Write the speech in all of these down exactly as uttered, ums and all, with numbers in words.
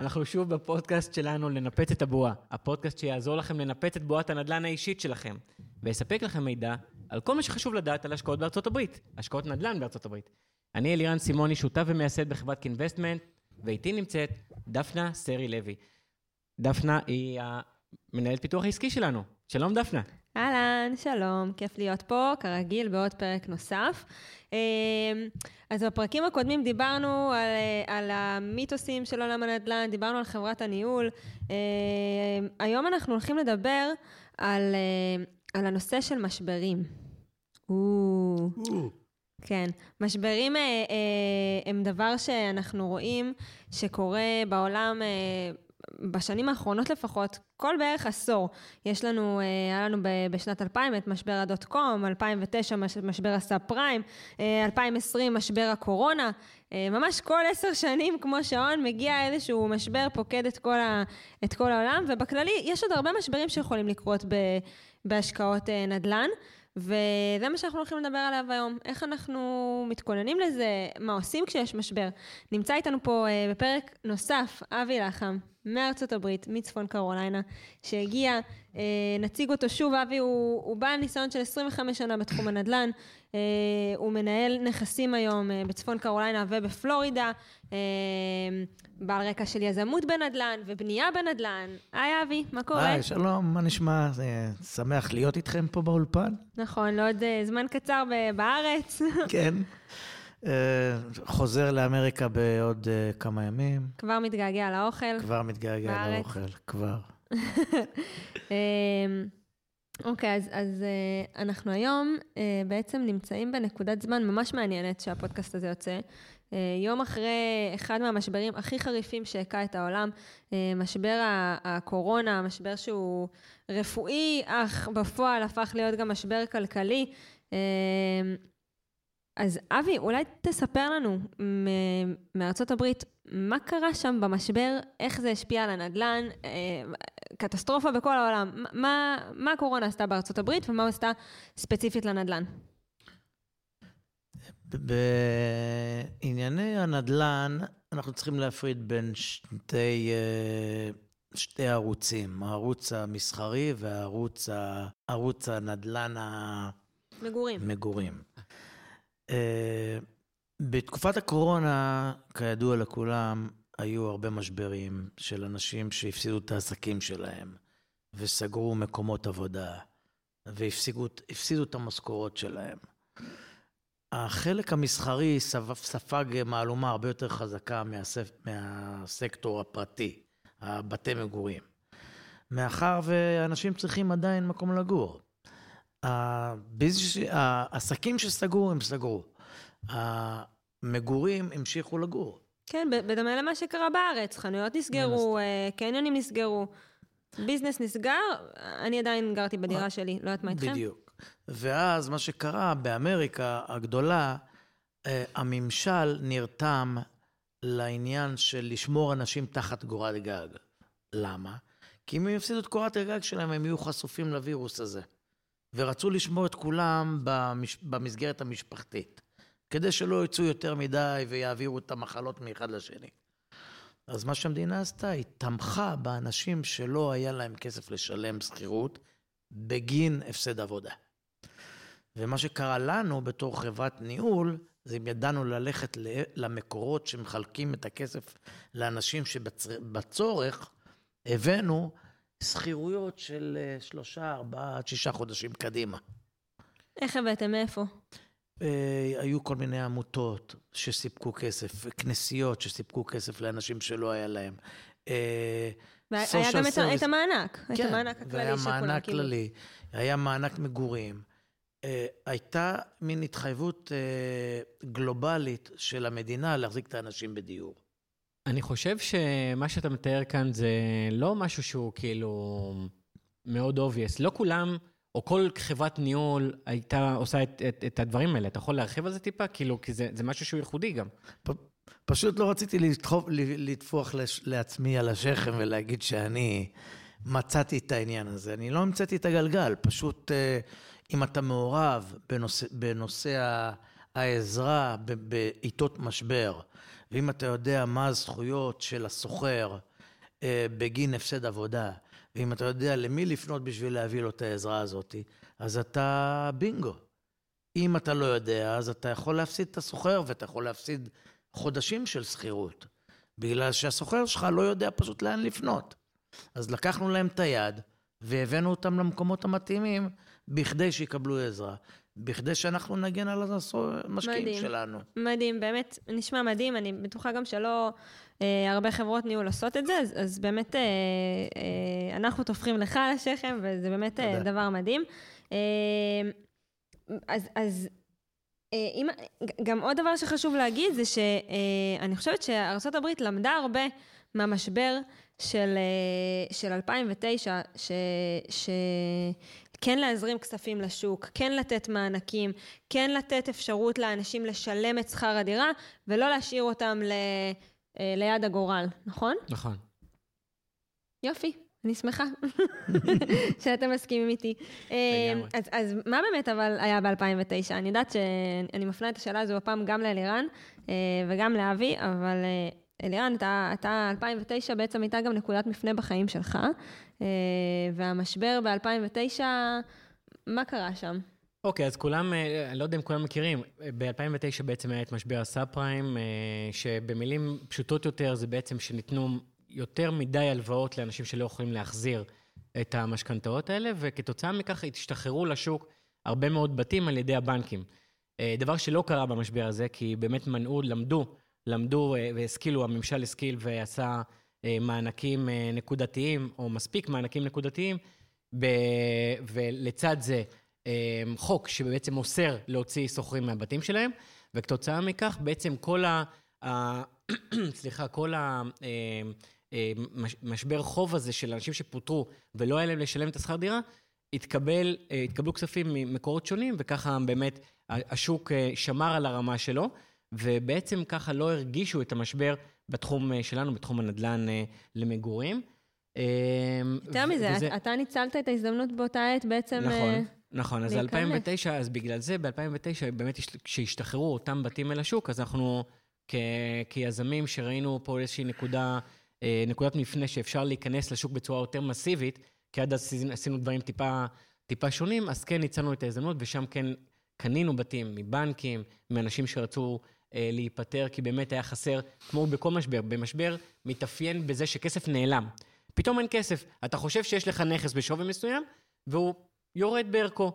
אנחנו שוב בפודקאסט שלנו לנפץ את הבועה, הפודקאסט שיעזור לכם לנפץ את בועת הנדל"ן האישית שלכם, ויספק לכם מידע על כל מה שחשוב לדעת על השקעות בארצות הברית, השקעות נדל"ן בארצות הברית. אני אלירן סימוני, שותף ומייסד בחברת קינבסטמנט, ואיתי נמצאת דפנה סרי לוי. דפנה היא המנהלת פיתוח העסקי שלנו. שלום דפנה. אהלן, שלום, כיף להיות פה, כרגיל, בעוד פרק נוסף. אז בפרקים הקודמים דיברנו על, על המיתוסים של עולם הנדל"ן, דיברנו על חברת הניהול. היום אנחנו הולכים לדבר על, על הנושא של משברים. כן, משברים הם דבר שאנחנו רואים שקורה בעולם בשנים האחרונות לפחות, כל בערך עשור. יש לנו, היה לנו בשנת אלפיים את משבר הדוט קום, אלפיים ותשע משבר הסאב פריים, אלפיים ועשרים משבר הקורונה, ממש כל עשר שנים כמו שעון מגיע איזשהו משבר פוקד את כל, ה, את כל העולם, ובכללי יש עוד הרבה משברים שיכולים לקרות בהשקעות נדל"ן, וזה מה שאנחנו הולכים לדבר עליו היום. איך אנחנו מתכוננים לזה, מה עושים כשיש משבר. נמצא איתנו פה בפרק נוסף, אבי לחם, מארצות הברית, מצפון קרוליינה, שהגיע, נציג אותו שוב. אבי הוא, הוא בעל ניסיון של עשרים וחמש שנה בתחום הנדל"ן, הוא מנהל נכסים היום בצפון קרוליינה ובפלורידה, בעל רקע של יזמות בנדל"ן ובנייה בנדל"ן. היי אבי, מה קורה? היי, שלום, מה נשמע? שמח להיות איתכם פה באולפן. נכון, לעוד זמן קצר בארץ. כן. חוזר לאמריקה בעוד כמה ימים. כבר מתגעגע לאוכל. כבר מתגעגע לאוכל, כבר. אוקיי, אז, אז אנחנו היום בעצם נמצאים בנקודת זמן ממש מעניינת שהפודקאסט הזה יוצא. יום אחרי אחד מהמשברים הכי חריפים שהקע את העולם, משבר הקורונה, משבר שהוא רפואי, אך בפועל הפך להיות גם משבר כלכלי. אז אבי, אולי תספר לנו מארצות הברית, מה קרה שם במשבר, איך זה השפיע על הנדל"ן, קטסטרופה בכל העולם. מה, מה הקורונה עשתה בארצות הברית ומה עשתה ספציפית לנדל"ן? בענייני הנדל"ן, אנחנו צריכים להפריד בין שתי, שתי ערוצים, הערוץ המסחרי והערוץ הערוץ הנדל"ן המגורים. מגורים. בתקופת הקורונה, כידוע לכולם, היו הרבה משברים של אנשים שהפסידו את העסקים שלהם, וסגרו מקומות עבודה, והפסידו את המשכורות שלהם. החלק המסחרי ספג מהלומה הרבה יותר חזקה מהסקטור הפרטי, הבתי מגורים. מאחר ואנשים צריכים עדיין מקום לגור. העסקים שסגרו, הם סגרו. המגורים המשיכו לגור. כן, בדומה למה שקרה בארץ. חנויות נסגרו, קניונים נסגרו, ביזנס נסגר. אני עדיין גרתי בדירה שלי, לא יודעת מה איתכם. בדיוק. ואז מה שקרה באמריקה הגדולה, הממשל נרתם לעניין של לשמור אנשים תחת קורת גג. למה? כי אם הם יפסידו את קורת הגג שלהם, הם יהיו חשופים לווירוס הזה. ורצו לשמור את כולם במסגרת המשפחתית, כדי שלא יצאו יותר מדי ויעבירו את המחלות מאחד לשני. אז מה שהמדינה עשתה, היא תמכה באנשים שלא היה להם כסף לשלם שכירות, בגין הפסד עבודה. ומה שקרה לנו בתור חברת ניהול, זה אם ידענו ללכת למקורות שמחלקים את הכסף לאנשים שבצורך, הבאנו שכירויות של שלושה, ארבעה, עד שישה חודשים קדימה. איך הבאתם? מאיפה? היו כל מיני עמותות שסיפקו כסף, כנסיות שסיפקו כסף לאנשים שלא היה להם. היה גם את המענק, את המענק הכללי. והיה מענק כללי, היה מענק מגורים. הייתה מין התחייבות גלובלית של המדינה להחזיק את האנשים בדיור. אני חושב שמה שאתה מתאר כאן זה לא משהו שהוא כאילו מאוד obvious. לא כולם, או כל חברת ניהול הייתה עושה את, את, את הדברים האלה. אתה יכול להרחיב על זה טיפה? כאילו, כי זה, זה משהו שהוא ייחודי גם. פשוט לא רציתי לדחוף, לדפוח לעצמי על השכם ולהגיד שאני מצאתי את העניין הזה. אני לא המצאתי את הגלגל, פשוט אם אתה מעורב בנושא, בנושא העזרה בעיתות משבר, ואם אתה יודע מה הזכויות של הסוחר בגין הפסד עבודה, ואם אתה יודע למי לפנות בשביל להביא לו את העזרה הזאת, אז אתה בינגו. אם אתה לא יודע, אז אתה יכול להפסיד את הסוחר, ואתה יכול להפסיד חודשים של שכירות, בגלל שהסוחר שלך לא יודע פשוט לאן לפנות. אז לקחנו להם את היד, והבאנו אותם למקומות המתאימים, בכדי שיקבלו עזרה, בכדי שאנחנו נגן על המשקיעים מדהים, שלנו. מדהים, באמת נשמע מדהים, אני בטוחה גם שלא אה, הרבה חברות ניהול לעשות את זה, אז, אז באמת אה, אה, אנחנו תופכים לך על השכם, וזה באמת אה, דבר מדהים. אה, אז, אז אה, אם, גם עוד דבר שחשוב להגיד, זה שאני חושבת שארצות הברית למדה הרבה מהמשבר של, של אלפיים ותשע, ש, שכן להזרים כספים לשוק, כן לתת מענקים, כן לתת אפשרות לאנשים לשלם את שכר הדירה, ולא להשאיר אותם ל, ליד הגורל, נכון? נכון. יופי, אני שמחה שאתם מסכימים איתי. אז, אז מה באמת אבל היה ב-אלפיים ותשע? אני יודעת שאני מפנה את השאלה הזו הפעם גם לאלירן וגם לאבי, אבל אלירן, אתה, אתה אלפיים ותשע בעצם הייתה גם נקודת מפנה בחיים שלך, והמשבר ב-אלפיים ותשע, מה קרה שם? אוקיי, אז כולם, אני לא יודע אם כולם מכירים, ב-אלפיים ותשע בעצם היה את משבר הסאב פריים, שבמילים פשוטות יותר זה בעצם שניתנו יותר מדי הלוואות לאנשים שלא יכולים להחזיר את המשכנתאות האלה, וכתוצאה מכך התשתחררו לשוק הרבה מאוד בתים על ידי הבנקים. דבר שלא קרה במשבר הזה, כי באמת מנעו, למדו, למדו והשכילו, הממשל השכיל ועשה מענקים נקודתיים, או מספיק מענקים נקודתיים, ולצד זה חוק שבעצם אוסר להוציא סוחרים מהבתים שלהם, וכתוצאה מכך בעצם כל ה... סליחה, כל המשבר חוב הזה של אנשים שפוטרו ולא היה להם לשלם את השכר דירה, התקבל, התקבלו כספים ממקורות שונים, וככה באמת השוק שמר על הרמה שלו, ובעצם ככה לא הרגישו את המשבר בתחום שלנו, בתחום הנדל"ן למגורים. יותר מזה, אתה ניצלת את ההזדמנות באותה עת בעצם... נכון, נכון. אז אלפיים ותשע, אז בגלל זה, ב-אלפיים ותשע, באמת כשהשתחררו אותם בתים אל השוק, אז אנחנו כיזמים שראינו פה איזושהי נקודה, נקודת מפנה שאפשר להיכנס לשוק בצורה יותר מסיבית, כי עד אז עשינו דברים טיפה, טיפה שונים, אז כן ניצלנו את ההזדמנות, ושם כן קנינו בתים מבנקים, מאנשים שרצו להיפטר, כי באמת היה חסר, כמו בכל משבר, במשבר מתאפיין בזה שכסף נעלם. פתאום אין כסף. אתה חושב שיש לך נכס בשווי מסוים, והוא יורד בערכו.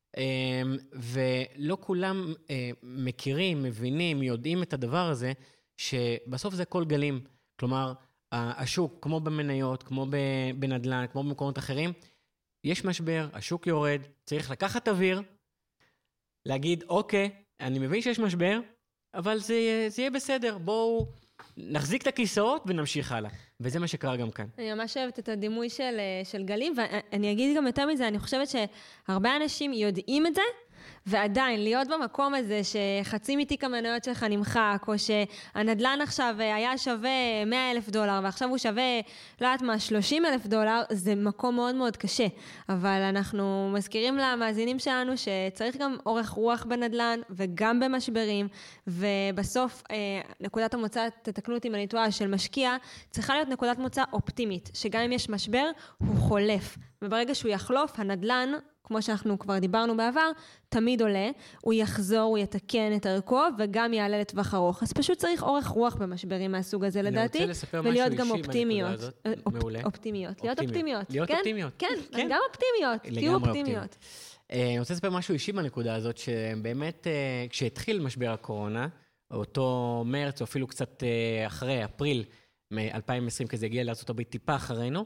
ולא כולם מכירים, מבינים, יודעים את הדבר הזה, שבסוף זה כל גלים. כלומר, השוק, כמו במניות, כמו בנדל"ן, כמו במקומות אחרים, יש משבר, השוק יורד, צריך לקחת אוויר, להגיד, אוקיי, אני מבין שיש משבר, אבל זה, זה יהיה בסדר, בואו נחזיק את הכיסאות ונמשיך הלאה. וזה מה שקרה גם כאן. אני ממש אוהבת את הדימוי של, של גלים, ואני אגיד גם יותר מזה, אני חושבת שהרבה אנשים יודעים את זה, ועדיין להיות במקום הזה שחצי מתיק המניות שלך נמחק, או שהנדלן עכשיו היה שווה מאה אלף דולר, ועכשיו הוא שווה, לא יודעת מה, שלושים אלף דולר, זה מקום מאוד מאוד קשה. אבל אנחנו מזכירים למאזינים שלנו שצריך גם אורך רוח בנדלן, וגם במשברים, ובסוף נקודת המוצא, תתקנו אותי אם אני טועה, של משקיע, צריכה להיות נקודת מוצא אופטימית, שגם אם יש משבר, הוא חולף. וברגע שהוא יחלוף, הנדלן, כמו שאנחנו כבר דיברנו בעבר, תמיד עולה, הוא יחזור, הוא יתקן את ערכו, וגם יעלה לטווח ארוך. אז פשוט צריך אורך רוח במשברים מהסוג הזה, לדעתי, ולהיות גם אופטימיות. אופטימיות. להיות אופטימיות. להיות אופטימיות. כן, גם אופטימיות. תהיו אופטימיות. אני רוצה לספר משהו אישי בנקודה הזאת, שבאמת, כשהתחיל משבר הקורונה, אותו מרץ, או אפילו קצת אחרי, אפריל, מ-אלפיים ועשרים, כזה הגיע לארצות הברית טיפה אחרינו,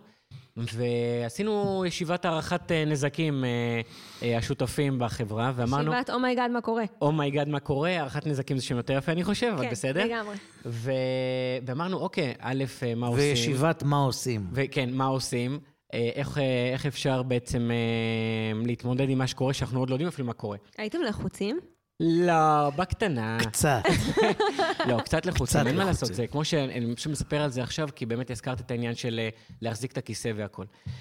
ועשינו ישיבת הערכת נזקים השותפים בחברה, ואמרנו... ישיבת אומייגאד מה קורה. אומייגאד מה קורה, הערכת נזקים זה שם יותר יפה, אני חושב, אבל בסדר. כן, לגמרי. ואמרנו, אוקיי, א', מה עושים? וישיבת מה עושים. כן, מה עושים? איך, איך אפשר בעצם להתמודד עם מה שקורה, שאנחנו עוד לא יודעים אפילו מה קורה. הייתם לחוצים? לא, בקטנה. קצת. לא, קצת לחוצים, אין מה לעשות. זה כמו שאני פשוט מספר על זה עכשיו, כי באמת הזכרת את העניין של להחזיק את הכיסא והכל.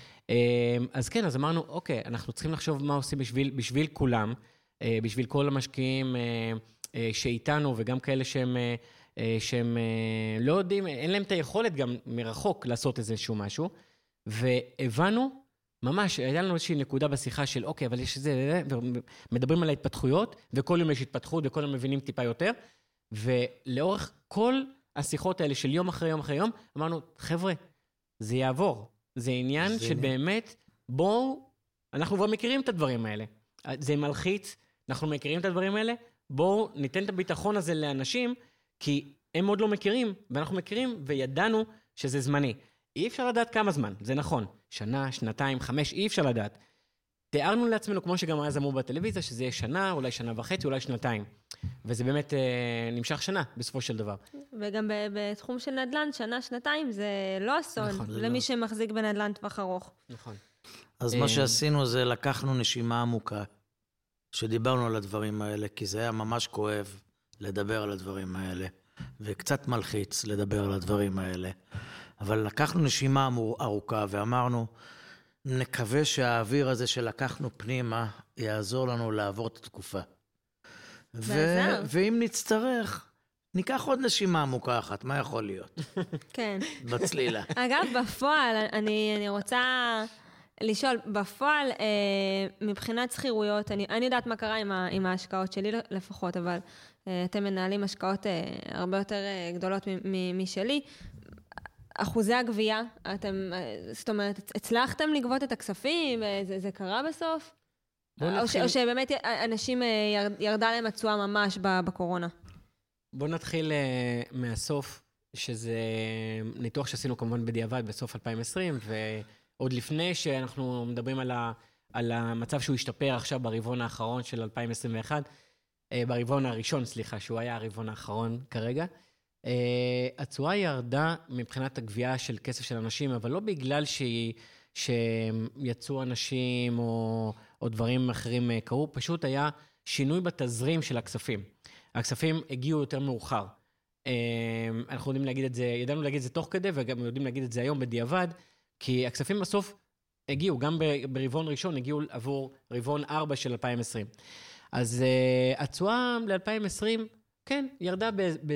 אז כן, אז אמרנו, אוקיי, אנחנו צריכים לחשוב מה עושים בשביל, בשביל כולם, בשביל כל המשקיעים שאיתנו, וגם כאלה שהם שהם לא יודעים, אין להם את היכולת גם מרחוק לעשות איזשהו משהו, והבנו, ממש, היה לנו איזושהי נקודה בשיחה של, אוקיי, אבל יש זה, ומדברים על ההתפתחויות, וכל יום יש התפתחות, וכל יום מבינים טיפה יותר, ולאורך כל השיחות האלה של יום אחרי יום אחרי יום, אמרנו, חבר'ה, זה יעבור. זה עניין זה שבאמת, בואו, אנחנו כבר מכירים את הדברים האלה. זה מלחיץ, אנחנו מכירים את הדברים האלה, בואו ניתן את הביטחון הזה לאנשים, כי הם עוד לא מכירים, ואנחנו מכירים, וידענו שזה זמני. אי אפשר לדעת כמה זמן, זה נכון. שנה, שנתיים, חמש, אי אפשר לדעת. תיארנו לעצמנו, כמו שגם אז אמרו בטלוויזיה, שזה יהיה שנה, אולי שנה וחצי, אולי שנתיים. וזה באמת אה, נמשך שנה, בסופו של דבר. וגם בתחום של נדל"ן, שנה, שנתיים, זה לא אסון, נכון, למי לא. שמחזיק בנדל"ן טווח ארוך. נכון. אז מה שעשינו זה לקחנו נשימה עמוקה, שדיברנו על הדברים האלה, כי זה היה ממש כואב לדבר על הדברים האלה, וקצת מלחיץ לדבר על הדברים האלה. אבל לקחנו נשימה ארוכה ואמרנו, נקווה שהאוויר הזה שלקחנו פנימה יעזור לנו לעבור את התקופה. ו- ואם נצטרך, ניקח עוד נשימה עמוקה אחת, מה יכול להיות? כן. בצלילה. אגב, בפועל, אני, אני רוצה לשאול, בפועל, אה, מבחינת שכירויות, אני, אני יודעת מה קרה עם, ה, עם ההשקעות שלי לפחות, אבל אה, אתם מנהלים השקעות אה, הרבה יותר אה, גדולות מ- מ- משלי, אחוזי הגבייה, אתם, זאת אומרת, הצלחתם לגבות את הכספים, זה, זה קרה בסוף? או, ש, או שבאמת אנשים ירד, ירדה להם התשואה ממש בקורונה? בואו נתחיל uh, מהסוף, שזה ניתוח שעשינו כמובן בדיעבד בסוף אלפיים עשרים, ועוד לפני שאנחנו מדברים על, ה, על המצב שהוא השתפר עכשיו ברבעון האחרון של אלפיים עשרים ואחת, uh, ברבעון הראשון, סליחה, שהוא היה הרבעון האחרון כרגע, Uh, התשואה ירדה מבחינת הגבייה של כסף של אנשים, אבל לא בגלל שהיא, שיצאו אנשים או, או דברים אחרים uh, קרו, פשוט היה שינוי בתזרים של הכספים. הכספים הגיעו יותר מאוחר. Uh, אנחנו יודעים להגיד את זה, ידענו להגיד את זה תוך כדי, וגם יודעים להגיד את זה היום בדיעבד, כי הכספים בסוף הגיעו, גם ברבעון ראשון הגיעו עבור רבעון ארבע של אלפיים עשרים. אז uh, התשואה ל-אלפיים עשרים, כן, ירדה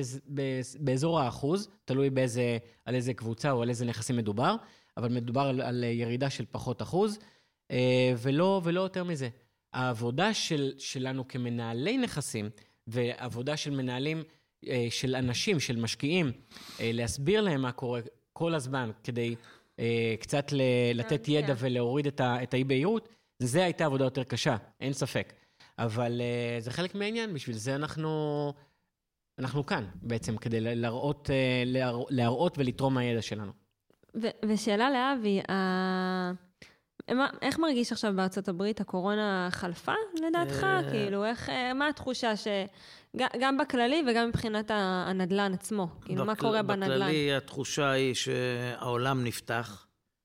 באזור האחוז, תלוי באיזה, על איזה קבוצה או על איזה נכסים מדובר, אבל מדובר על, על ירידה של פחות אחוז, ולא, ולא יותר מזה. העבודה של, שלנו כמנהלי נכסים, ועבודה של מנהלים, של אנשים, של משקיעים, להסביר להם מה קורה כל הזמן, כדי קצת לתת ידע ולהוריד את, ה, את האי-בהירות, זה הייתה עבודה יותר קשה, אין ספק. אבל זה חלק מהעניין, בשביל זה אנחנו... אנחנו כאן בעצם, כדי להראות, להראות ולתרום מהידע שלנו. ו- ושאלה לאבי, ה- איך מרגיש עכשיו בארצות הברית? הקורונה חלפה לדעתך? כאילו, איך, מה התחושה שגם בכללי וגם מבחינת הנדלן עצמו? כאילו, מה קורה בנדלן? בכללי התחושה היא שהעולם נפתח,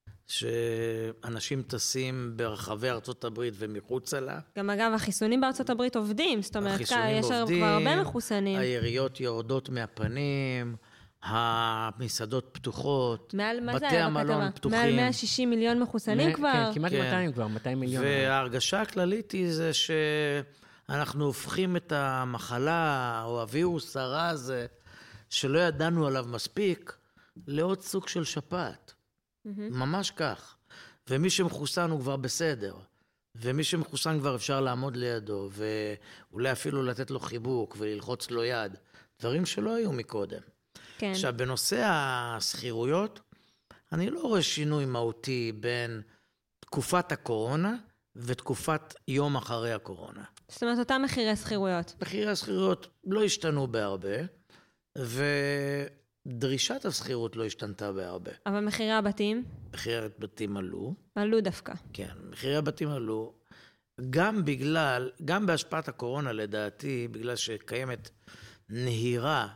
שאנשים טסים ברחבי ארצות הברית ומחוצה לה. גם אגב, החיסונים בארצות הברית עובדים, זאת אומרת, יש כבר הרבה מחוסנים. היריות יורדות מהפנים, המסעדות פתוחות, בתי המלון פתוחים. מעל מאה ושישים מיליון מחוסנים כבר. כן, כמעט מאתיים כבר, מאתיים מיליון. וההרגשה הכללית היא זה שאנחנו הופכים את המחלה, או הווירוס הרע הזה, שלא ידענו עליו מספיק, לעוד סוג של שפעת. ממש כך. ומי שמחוסן הוא כבר בסדר. ומי שמחוסן כבר אפשר לעמוד לידו, ואולי אפילו לתת לו חיבוק וללחוץ לו יד. דברים שלא היו מקודם. כן. עכשיו, בנושא הסחירויות, אני לא רואה שינוי מהותי בין תקופת הקורונה ותקופת יום אחרי הקורונה. זאת אומרת, אותם מחירי סחירויות. מחירי הסחירויות לא השתנו בהרבה, ו... דרישת הסחירות לא השתנתה בהרבה. אבל מחירי הבתים? מחירי הבתים עלו. עלו דווקא. כן, מחירי הבתים עלו. גם בגלל, גם בהשפעת הקורונה לדעתי, בגלל שקיימת נהירה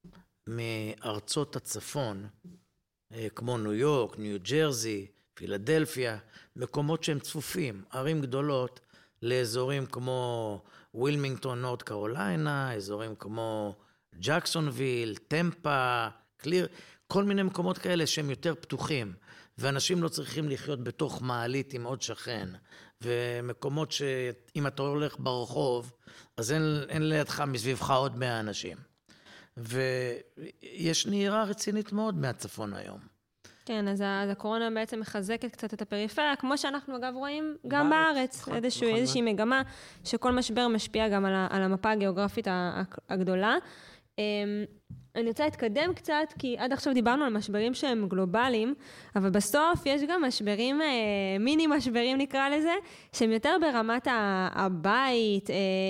מארצות הצפון, כמו ניו יורק, ניו ג'רזי, פילדלפיה, מקומות שהם צפופים, ערים גדולות, לאזורים כמו ווילמינגטון, נורד קרוליינה, אזורים כמו ג'קסונוויל, טמפה, קליר, כל מיני מקומות כאלה שהם יותר פתוחים, ואנשים לא צריכים לחיות בתוך מעלית עם עוד שכן, ומקומות שאם אתה הולך ברחוב, אז אין, אין לידך מסביבך עוד מאה אנשים. ויש נהירה רצינית מאוד מהצפון היום. כן, אז הקורונה בעצם מחזקת קצת את הפריפריה, כמו שאנחנו אגב רואים גם בארץ, איזושהי מגמה שכל משבר משפיע גם על המפה הגיאוגרפית הגדולה. אני רוצה להתקדם קצת, כי עד עכשיו דיברנו על משברים שהם גלובליים, אבל בסוף יש גם משברים, מיני משברים נקרא לזה, שהם יותר ברמת הבית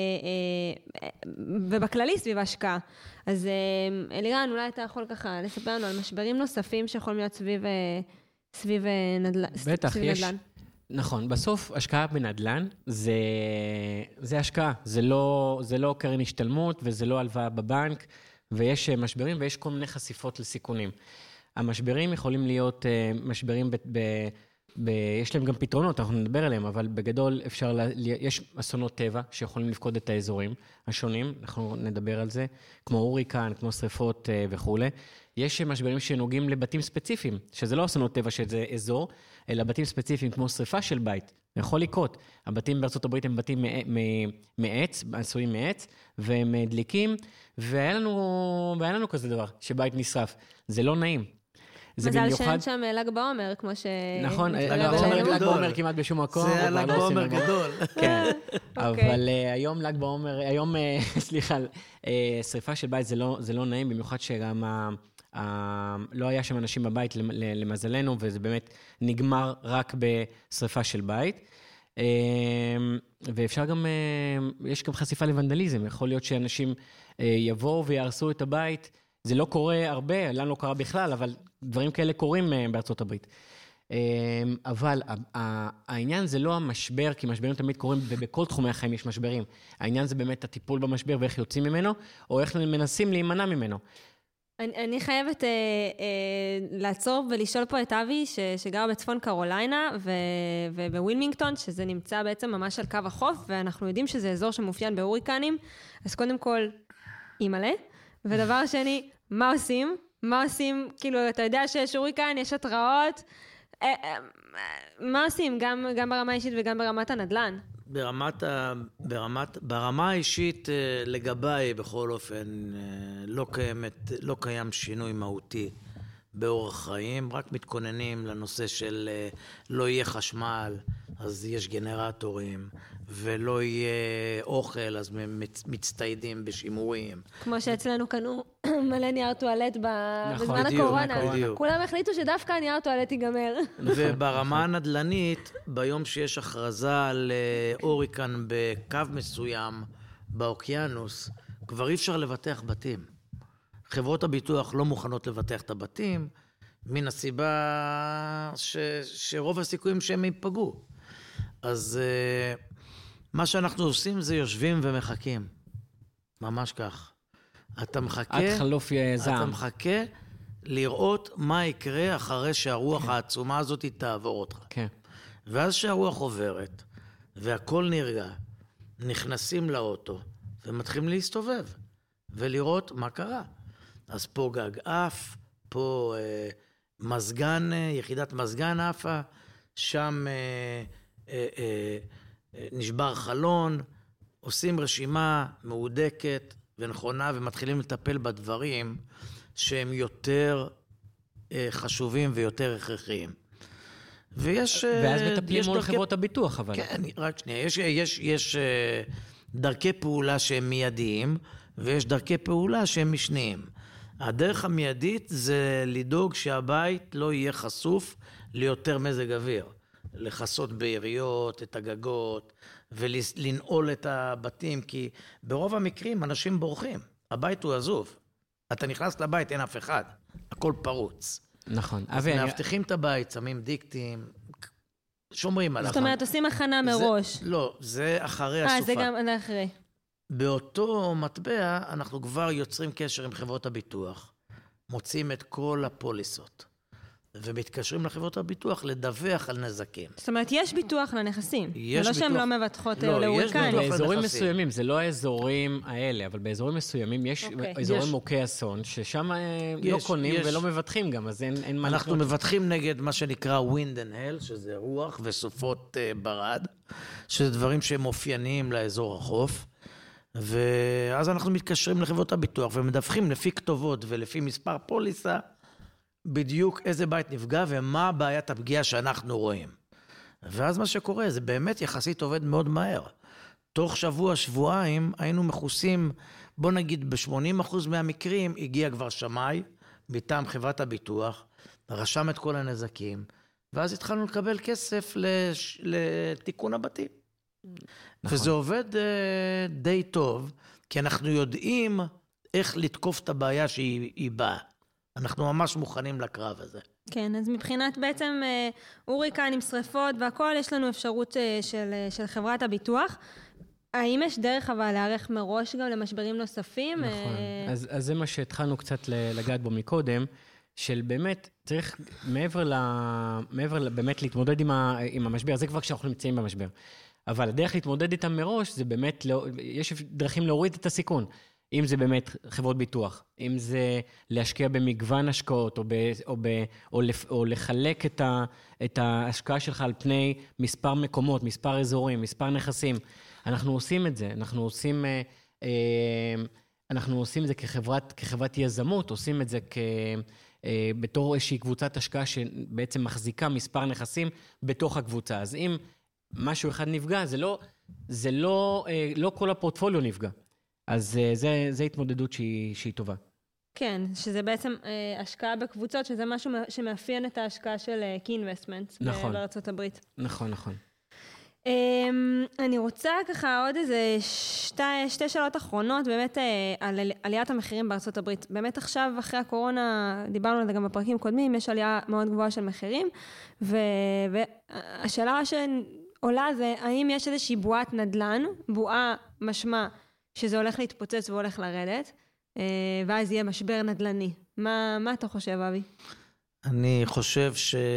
ובכללי סביב ההשקעה. אז אלירן, אולי אתה יכול ככה לספר לנו על משברים נוספים שיכולים להיות סביב, סביב נדל"ן. בטח, יש. נכון, בסוף השקעה בנדל"ן זה, זה השקעה, זה לא, זה לא קרן השתלמות וזה לא הלוואה בבנק, ויש משברים ויש כל מיני חשיפות לסיכונים. המשברים יכולים להיות משברים, ב, ב, ב, יש להם גם פתרונות, אנחנו נדבר עליהם, אבל בגדול אפשר, לה, יש אסונות טבע שיכולים לפקוד את האזורים השונים, אנחנו נדבר על זה, כמו הוריקן, כמו שריפות וכו'. יש משברים שנוגעים לבתים ספציפיים, שזה לא אסונות טבע שזה אזור, אלא בתים ספציפיים כמו שריפה של בית. יכול לקרות. הבתים בארצות הברית הם בתים מעץ, עשויים מעץ, והם דליקים, והיה לנו, והיה לנו כזה דבר, שבית נשרף. זה לא נעים. מזל שאין שם ל"ג בעומר, כמו ש... נכון, ל"ג בעומר כמעט בשום מקום. זה ל"ג בעומר גדול. כן, אבל היום ל"ג בעומר, היום, סליחה, שריפה של בית זה לא נעים, במיוחד שגם לא היה שם אנשים בבית למזלנו, וזה באמת נגמר רק בשריפה של בית. ואפשר גם, יש גם חשיפה לוונדליזם, יכול להיות שאנשים יבואו ויערסו את הבית, זה לא קורה הרבה, לנו לא קרה בכלל, אבל דברים כאלה קורים בארצות הברית. אבל העניין זה לא המשבר, כי משברים תמיד קורים, ובכל תחומי החיים יש משברים. העניין זה באמת הטיפול במשבר ואיך יוצאים ממנו, או איך מנסים להימנע ממנו. אני, אני חייבת אה, אה, לעצור ולשאול פה את אבי, ש, שגר בצפון קרוליינה ו, ובווילמינגטון, שזה נמצא בעצם ממש על קו החוף, ואנחנו יודעים שזה אזור שמאופיין בהוריקנים, אז קודם כל, אימאלה, ודבר שני, מה עושים? מה עושים? כאילו, אתה יודע שיש הוריקן, יש התראות, אה, אה, מה עושים? גם, גם ברמה האישית וגם ברמת הנדל"ן. ברמת, ברמת, ברמה האישית לגביי, בכל אופן, לא קיימת, לא קיים שינוי מהותי באורח חיים, רק מתכוננים לנושא של לא יהיה חשמל, אז יש גנרטורים, ולא יהיה אוכל, אז מצטיידים בשימורים. כמו שאצלנו קנו מלא נייר טואלט בזמן בדיוק, הקורונה. בדיוק. כולם החליטו שדווקא הנייר טואלט ייגמר. וברמה הנדל"נית, ביום שיש הכרזה על הוריקן בקו מסוים באוקיינוס, כבר אי אפשר לבטח בתים. חברות הביטוח לא מוכנות לבטח את הבתים, מן הסיבה ש... שרוב הסיכויים שהם ייפגעו. אז מה שאנחנו עושים זה יושבים ומחכים. ממש כך. אתה מחכה... עד חלוף זעם. אתה מחכה לראות מה יקרה אחרי שהרוח העצומה הזאת תעבור אותך. כן. ואז שהרוח עוברת, והכל נרגע, נכנסים לאוטו, ומתחילים להסתובב, ולראות מה קרה. אז פה גג אף, פה אה, מזגן, יחידת מזגן אפה, שם אה, אה, אה, אה, נשבר חלון, עושים רשימה מהודקת ונכונה, ומתחילים לטפל בדברים שהם יותר אה, חשובים ויותר הכרחיים. ויש... ואז מטפלים מול דרכי... חברות הביטוח, אבל... כן, רק שנייה. יש, יש, יש דרכי פעולה שהם מיידיים, ויש דרכי פעולה שהם משניים. הדרך המיידית זה לדאוג שהבית לא יהיה חשוף ליותר מזג אוויר. לחסות בעיריות, את הגגות, ולנעול את הבתים, כי ברוב המקרים אנשים בורחים. הבית הוא עזוב. אתה נכנס לבית, אין אף אחד. הכל פרוץ. נכון. אז מאבטחים את הבית, שמים דיקטים, שומרים עליו. זאת אומרת, עושים הכנה מראש. לא, זה אחרי הסופה. אה, זה גם אחרי. באותו מטבע, אנחנו כבר יוצרים קשר עם חברות הביטוח, מוצאים את כל הפוליסות, ומתקשרים לחברות הביטוח לדווח על נזקים. זאת אומרת, יש ביטוח לנכסים. יש ביטוח. זה לא שהם לא מבטחות לא, להוריקנים. באזורים מסוימים, זה לא האזורים האלה, אבל באזורים מסוימים יש אוקיי. אזורים יש. מוכי אסון, ששם לא יש, קונים יש. ולא מבטחים גם, אז אין, אין מה אנחנו לקנות. מבטחים נגד מה שנקרא wind and hail, שזה רוח וסופות uh, ברד, שזה דברים שהם אופייניים לאזור החוף, ואז אנחנו מתקשרים לחברות הביטוח ומדווחים לפי כתובות ולפי מספר פוליסה, בדיוק איזה בית נפגע ומה בעיית הפגיעה שאנחנו רואים. ואז מה שקורה, זה באמת יחסית עובד מאוד מהר. תוך שבוע, שבועיים, היינו מכוסים, בוא נגיד, ב-שמונים אחוז מהמקרים, הגיע כבר שמאי, מטעם חברת הביטוח, רשם את כל הנזקים, ואז התחלנו לקבל כסף לש... לתיקון הבתים. נכון. וזה עובד uh, די טוב, כי אנחנו יודעים איך לתקוף את הבעיה שהיא באה. אנחנו ממש מוכנים לקרב הזה. כן, אז מבחינת בעצם אורי כאן עם שריפות והכל, יש לנו אפשרות של, של חברת הביטוח. האם יש דרך אבל להיערך מראש גם למשברים נוספים? נכון, אז, אז זה מה שהתחלנו קצת לגעת בו מקודם, של באמת צריך מעבר, ל, מעבר ל, באמת להתמודד עם, ה, עם המשבר, זה כבר כשאנחנו נמצאים במשבר. אבל הדרך להתמודד איתם מראש, זה באמת, לא, יש דרכים להוריד את הסיכון. אם זה באמת חברות ביטוח, אם זה להשקיע במגוון השקעות, או, ב, או, ב, או, לפ, או לחלק את, ה, את ההשקעה שלך על פני מספר מקומות, מספר אזורים, מספר נכסים. אנחנו עושים את זה, אנחנו עושים, אה, אה, אנחנו עושים את זה כחברת, כחברת יזמות, עושים את זה כ, אה, בתור איזושהי קבוצת השקעה שבעצם מחזיקה מספר נכסים בתוך הקבוצה. אז אם משהו אחד נפגע, זה לא, זה לא, אה, לא כל הפורטפוליו נפגע. אז זה, זה התמודדות שהיא, שהיא טובה. כן, שזה בעצם אה, השקעה בקבוצות, שזה משהו שמאפיין את ההשקעה של אה, Key Investments נכון. בארצות הברית. נכון, נכון. אה, אני רוצה ככה עוד איזה שתי, שתי שאלות אחרונות, באמת אה, על עליית המחירים בארצות הברית. באמת עכשיו, אחרי הקורונה, דיברנו על זה גם בפרקים קודמים, יש עלייה מאוד גבוהה של מחירים, ו, והשאלה שעולה זה, האם יש איזושהי בועת נדל"ן, בועה משמע, שזה הולך להתפוצץ והולך לרדת, ואז יהיה משבר נדל"ני. מה, מה אתה חושב, אבי? אני חושב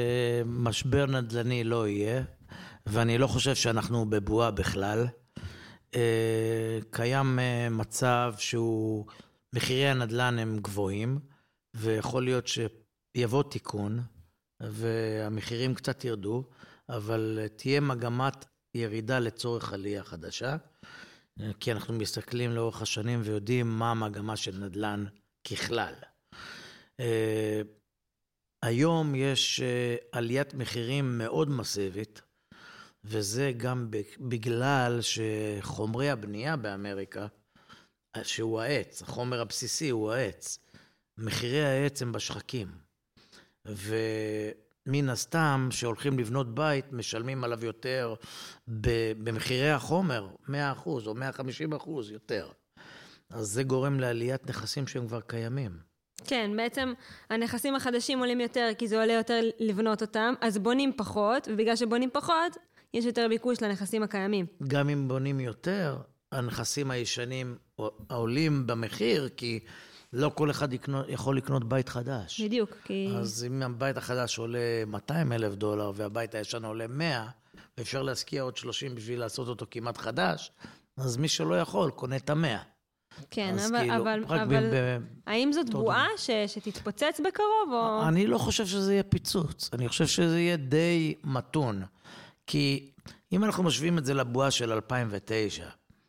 שמשבר נדל"ני לא יהיה, ואני לא חושב שאנחנו בבועה בכלל. קיים מצב שהוא, מחירי הנדל"ן הם גבוהים, ויכול להיות שיבוא תיקון, והמחירים קצת ירדו, אבל תהיה מגמת ירידה לצורך עלייה חדשה, כי אנחנו מסתכלים לאורך השנים ויודעים מה המגמה של נדל"ן ככלל. היום יש עליית מחירים מאוד מסיבית, וזה גם בגלל שחומרי הבנייה באמריקה, שהוא העץ, החומר הבסיסי הוא העץ, מחירי העץ הם בשחקים. ומן הסתם שהולכים לבנות בית, משלמים עליו יותר במחירי החומר, מאה אחוז או מאה וחמישים אחוז יותר. אז זה גורם לעליית נכסים שהם כבר קיימים. כן, בעצם הנכסים החדשים עולים יותר, כי זה עולה יותר לבנות אותם, אז בונים פחות, ובגלל שבונים פחות, יש יותר ביקוש לנכסים הקיימים. גם אם בונים יותר, הנכסים הישנים עולים במחיר, כי לא כל אחד יקנות, יכול לקנות בית חדש. בדיוק, כי... אז אם הבית החדש עולה מאתיים אלף דולר, והבית הישן עולה מאה, ואפשר להשקיע עוד שלושים בשביל לעשות אותו כמעט חדש, אז מי שלא יכול, קונה את המאה. כן, אבל, כאילו, אבל, אבל ב... האם זאת בועה ש... שתתפוצץ בקרוב? או... אני לא חושב שזה יהיה פיצוץ, אני חושב שזה יהיה די מתון, כי אם אנחנו משווים את זה לבועה של אלפיים ותשע,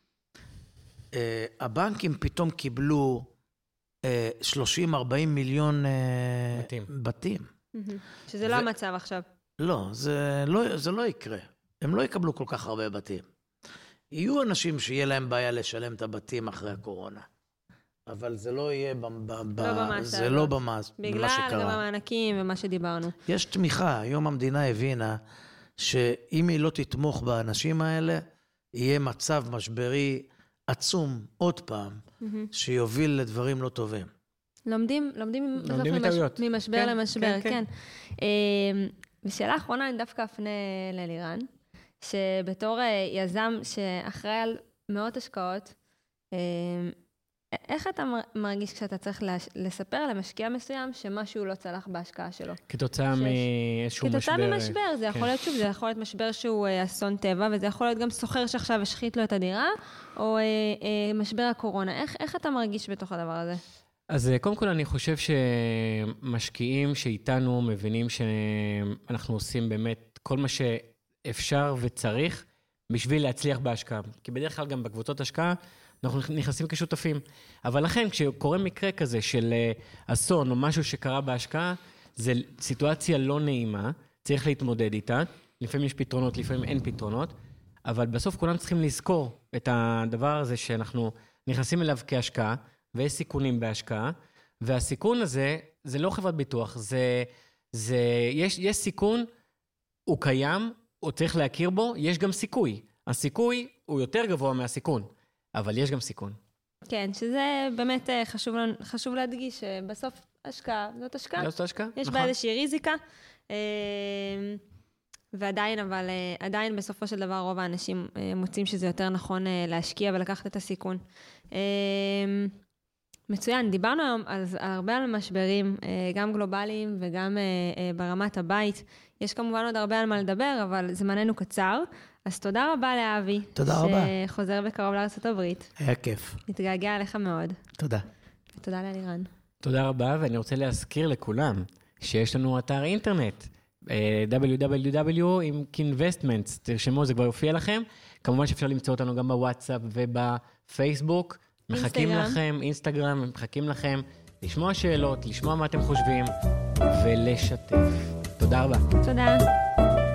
הבנקים פתאום קיבלו שלושים ארבעים מיליון בתים. בתים. שזה לא ו... המצב עכשיו. לא, זה לא, זה לא יקרה. הם לא יקבלו כל כך הרבה בתים. יהיו אנשים שיהיה להם בעיה לשלם את הבתים אחרי הקורונה. אבל זה לא יהיה ב... ב... לא במעשה. זה לא במעשה. בגלל גם המענקים ומה שדיברנו. יש תמיכה. היום המדינה הבינה שאם היא לא תתמוך באנשים האלה, יהיה מצב משברי עצום עוד פעם, שיוביל לדברים לא טובים. לומדים, לומדים, לומדים מטעויות. ממשבר כן, למשבר, כן. כן. כן. בשאלה האחרונה אני דווקא אפנה ללירן, שבתור יזם שאחראי על מאות השקעות, איך אתה מרגיש כשאתה צריך לספר למשקיע מסוים שמשהו לא צלח בהשקעה שלו? כתוצאה מאיזשהו משבר. כתוצאה ממשבר, זה יכול להיות שוב, זה יכול להיות משבר שהוא אסון טבע, וזה יכול להיות גם סוחר שעכשיו השחית לו את הדירה, או משבר הקורונה. איך, איך אתה מרגיש בתוך הדבר הזה? אז קודם כל אני חושב שמשקיעים שאיתנו מבינים שאנחנו עושים באמת כל מה שאפשר וצריך בשביל להצליח בהשקעה. כי בדרך כלל גם בקבוצות השקעה, אנחנו נכנסים כשותפים. אבל לכן, כשקורה מקרה כזה של אסון או משהו שקרה בהשקעה, זה סיטואציה לא נעימה, צריך להתמודד איתה, לפעמים יש פתרונות, לפעמים אין פתרונות, אבל בסוף כולם צריכים לזכור את הדבר הזה שאנחנו נכנסים אליו כהשקעה, ויש סיכונים בהשקעה, והסיכון הזה, זה לא חברת ביטוח, זה, זה, יש, יש סיכון, הוא קיים, הוא צריך להכיר בו, יש גם סיכוי. הסיכוי הוא יותר גבוה מהסיכון, אבל יש גם סיכון. כן, שזה באמת חשוב, חשוב להדגיש שבסוף השקעה, זאת השקעה. זאת השקעה, יש נכון. בה איזושהי ריזיקה, ועדיין, אבל עדיין בסופו של דבר רוב האנשים מוצאים שזה יותר נכון להשקיע ולקחת את הסיכון. מצוין, דיברנו היום על, על הרבה על משברים, גם גלובליים וגם ברמת הבית. יש כמובן עוד הרבה על מה לדבר, אבל זמננו קצר. אז תודה רבה לאבי. תודה רבה. שחוזר בקרוב לארצות הברית. היה כיף. נתגעגע עליך מאוד. תודה. ותודה לאלירן. תודה רבה, ואני רוצה להזכיר לכולם שיש לנו אתר אינטרנט, דאבליו דאבליו דאבליו עם Kinvestments, תרשמו, זה כבר יופיע לכם. כמובן שאפשר למצוא אותנו גם בוואטסאפ ובפייסבוק. מחכים לכם, אינסטגרם, מחכים לכם לשמוע שאלות, לשמוע מה אתם חושבים ולשתף. תודה רבה. תודה.